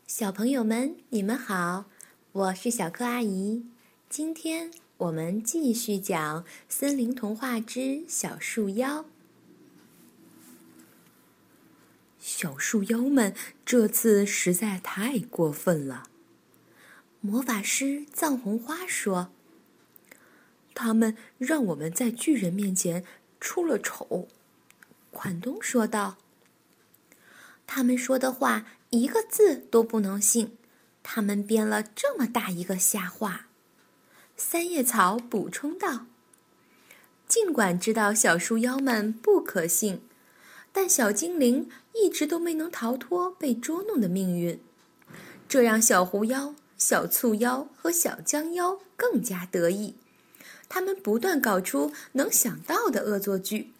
小朋友们，你们好，我是小柯阿姨。今天我们继续讲《森林童话之小树妖》。小树妖们这次实在太过分了。魔法师藏红花说：“他们让我们在巨人面前出了丑。”款东说道：“他们说的话一个字都不能信，他们编了这么大一个瞎话。”三叶草补充道：“尽管知道小树妖们不可信，但小精灵一直都没能逃脱被捉弄的命运，这让小狐妖、小醋妖和小姜妖更加得意。他们不断搞出能想到的恶作剧。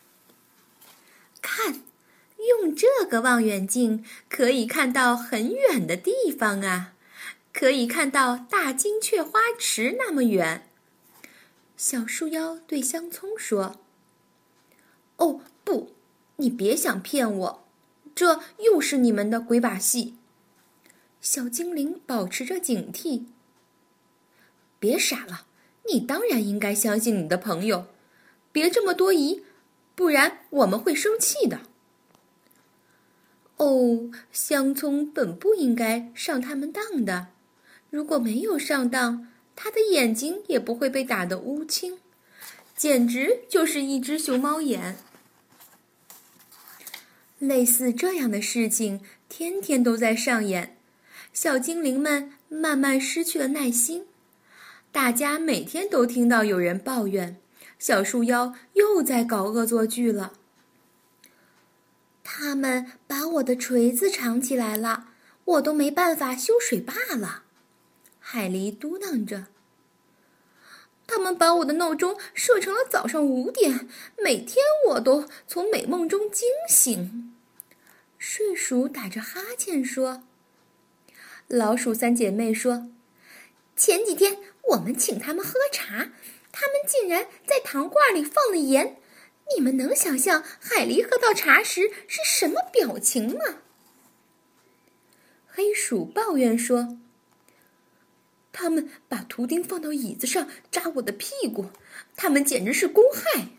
看，用这个望远镜可以看到很远的地方啊，可以看到大金雀花池那么远。”小树妖对香葱说：“哦，不，你别想骗我，这又是你们的鬼把戏。”小精灵保持着警惕：“别傻了，你当然应该相信你的朋友，别这么多疑，不然我们会生气的。”哦，香葱本不应该上他们当的，如果没有上当，他的眼睛也不会被打得乌青，简直就是一只熊猫眼。类似这样的事情天天都在上演，小精灵们慢慢失去了耐心。大家每天都听到有人抱怨，小树妖又在搞恶作剧了。他们把我的锤子藏起来了，我都没办法修水坝了。海狸嘟囔着。他们把我的闹钟设成了早上5点，每天我都从美梦中惊醒。睡鼠打着哈欠说。老鼠三姐妹说：“前几天我们请他们喝茶，他们竟然在糖罐里放了盐。你们能想象海狸喝到茶时是什么表情吗？”黑鼠抱怨说：“他们把图钉放到椅子上扎我的屁股，他们简直是公害。”“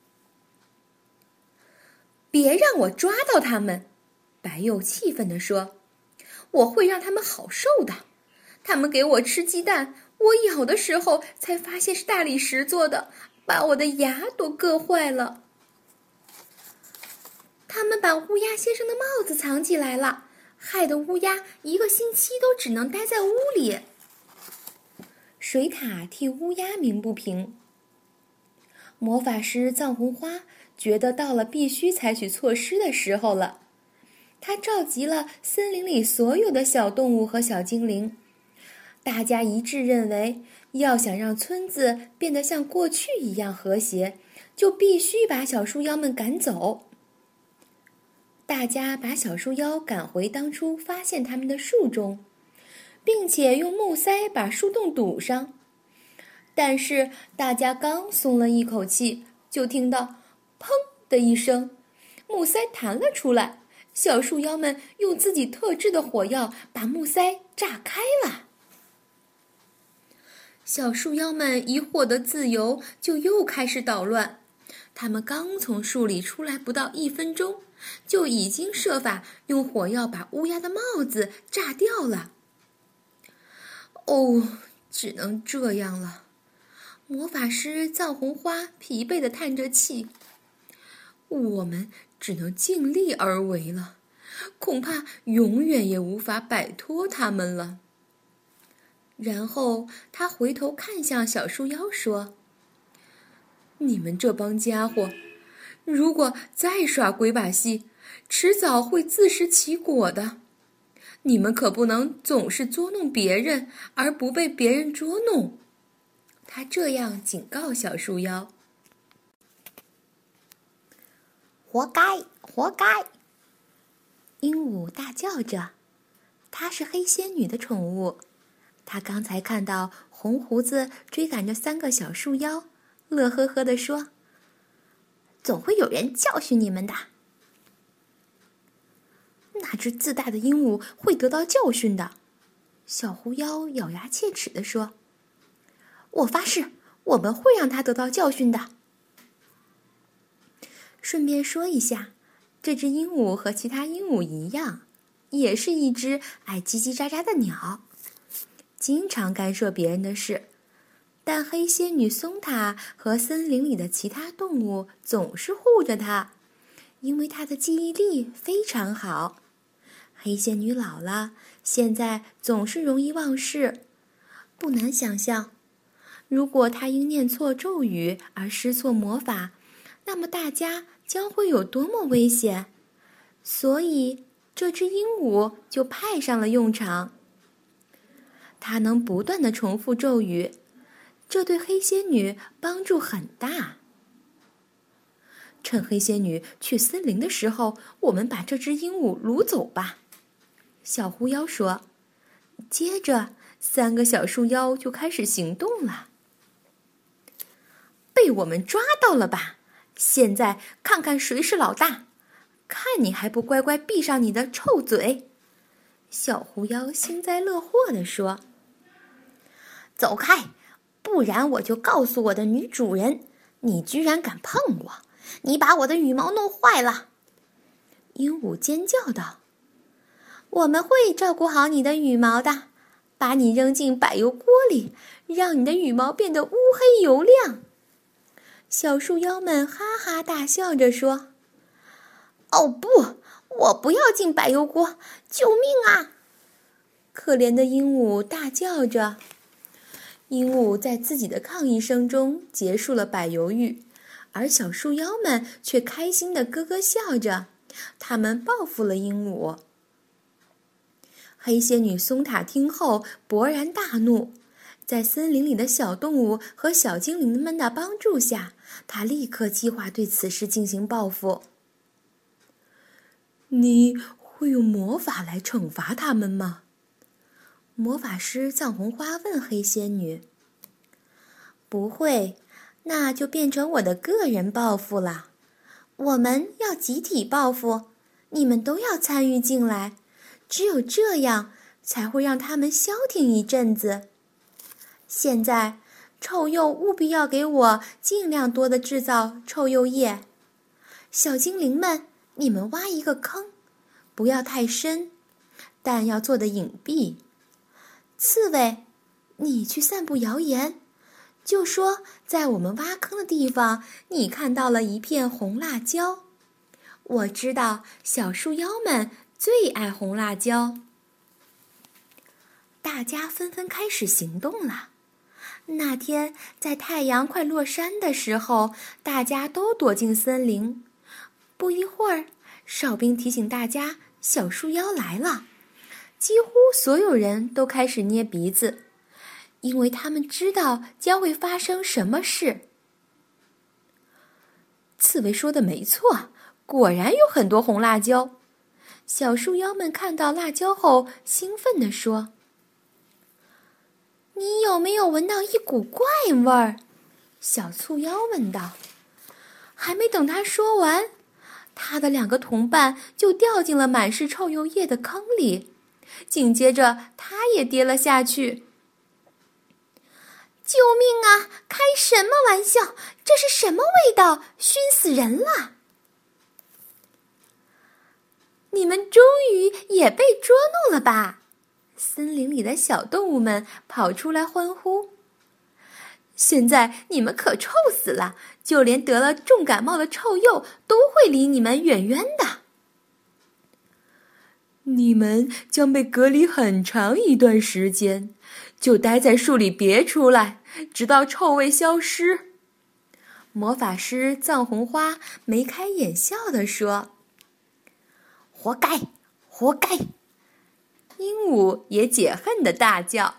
别让我抓到他们！”白鼬气愤地说，“我会让他们好受的。他们给我吃鸡蛋，我咬的时候才发现是大理石做的，把我的牙都硌坏了。他们把乌鸦先生的帽子藏起来了，害得乌鸦1个星期都只能待在屋里。”水獭替乌鸦鸣不平。魔法师藏红花觉得到了必须采取措施的时候了。他召集了森林里所有的小动物和小精灵，大家一致认为，要想让村子变得像过去一样和谐，就必须把小树妖们赶走。大家把小树妖赶回当初发现他们的树中，并且用木塞把树洞堵上。但是大家刚松了一口气，就听到砰的一声，木塞弹了出来，小树妖们用自己特制的火药把木塞炸开了。小树妖们一获得自由，就又开始捣乱。他们刚从树里出来不到1分钟，就已经设法用火药把乌鸦的帽子炸掉了。哦，只能这样了。魔法师藏红花疲惫地叹着气，我们只能尽力而为了，恐怕永远也无法摆脱他们了。然后他回头看向小树妖说：“你们这帮家伙，如果再耍鬼把戏，迟早会自食其果的。你们可不能总是捉弄别人，而不被别人捉弄。”他这样警告小树妖。活该，活该！鹦鹉大叫着，它是黑仙女的宠物。他刚才看到红胡子追赶着3个小树妖，乐呵呵地说：“总会有人教训你们的。”“哪只自大的鹦鹉会得到教训的。小狐妖咬牙切齿地说：“我发誓，我们会让它得到教训的。”顺便说一下，这只鹦鹉和其他鹦鹉一样，也是一只爱叽叽喳喳的鸟，经常干涉别人的事。但黑仙女松塔和森林里的其他动物总是护着它，因为它的记忆力非常好。黑仙女老了，现在总是容易忘事。不难想象，如果她因念错咒语而施错魔法，那么大家将会有多么危险。所以这只鹦鹉就派上了用场。它能不断地重复咒语，这对黑仙女帮助很大。趁黑仙女去森林的时候，我们把这只鹦鹉掳走吧。小狐妖说。接着3个小树妖就开始行动了。被我们抓到了吧？现在看看谁是老大，看你还不乖乖闭上你的臭嘴！小狐妖幸灾乐祸地说。走开，不然我就告诉我的女主人，你居然敢碰我，你把我的羽毛弄坏了！鹦鹉尖叫道。我们会照顾好你的羽毛的，把你扔进柏油锅里，让你的羽毛变得乌黑油亮。小树妖们哈哈大笑着说。哦不，我不要进柏油锅，救命啊！可怜的鹦鹉大叫着。鹦鹉在自己的抗议声中结束了柏油浴，而小树妖们却开心地咯咯笑着，他们报复了鹦鹉。黑仙女松塔听后勃然大怒，在森林里的小动物和小精灵们的帮助下，她立刻计划对此事进行报复。你会用魔法来惩罚他们吗？魔法师藏红花问黑仙女。不会，那就变成我的个人报复了。我们要集体报复，你们都要参与进来，只有这样才会让他们消停一阵子。现在，臭鼬务必要给我尽量多的制造臭鼬液。小精灵们，你们挖一个坑，不要太深，但要做得隐蔽。刺猬，你去散布谣言，就说在我们挖坑的地方，你看到了一片红辣椒。我知道小树妖们最爱红辣椒。大家纷纷开始行动了。那天在太阳快落山的时候，大家都躲进森林。不一会儿，哨兵提醒大家小树妖来了。几乎所有人都开始捏鼻子，因为他们知道将会发生什么事。刺猬说的没错，果然有很多红辣椒。小树妖们看到辣椒后，兴奋地说：“你有没有闻到一股怪味儿？”小醋妖问道。还没等他说完，他的2个同伴就掉进了满是臭鼬液的坑里。紧接着，他也跌了下去。救命啊！开什么玩笑？这是什么味道？熏死人了！你们终于也被捉弄了吧？森林里的小动物们跑出来欢呼。现在你们可臭死了，就连得了重感冒的臭鼬都会离你们远远的。你们将被隔离很长一段时间，就待在树里别出来，直到臭味消失。魔法师藏红花眉开眼笑地说：“活该，活该！”鹦鹉也解恨地大叫。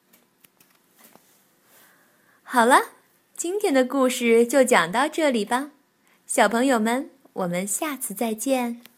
好了，今天的故事就讲到这里吧，小朋友们，我们下次再见。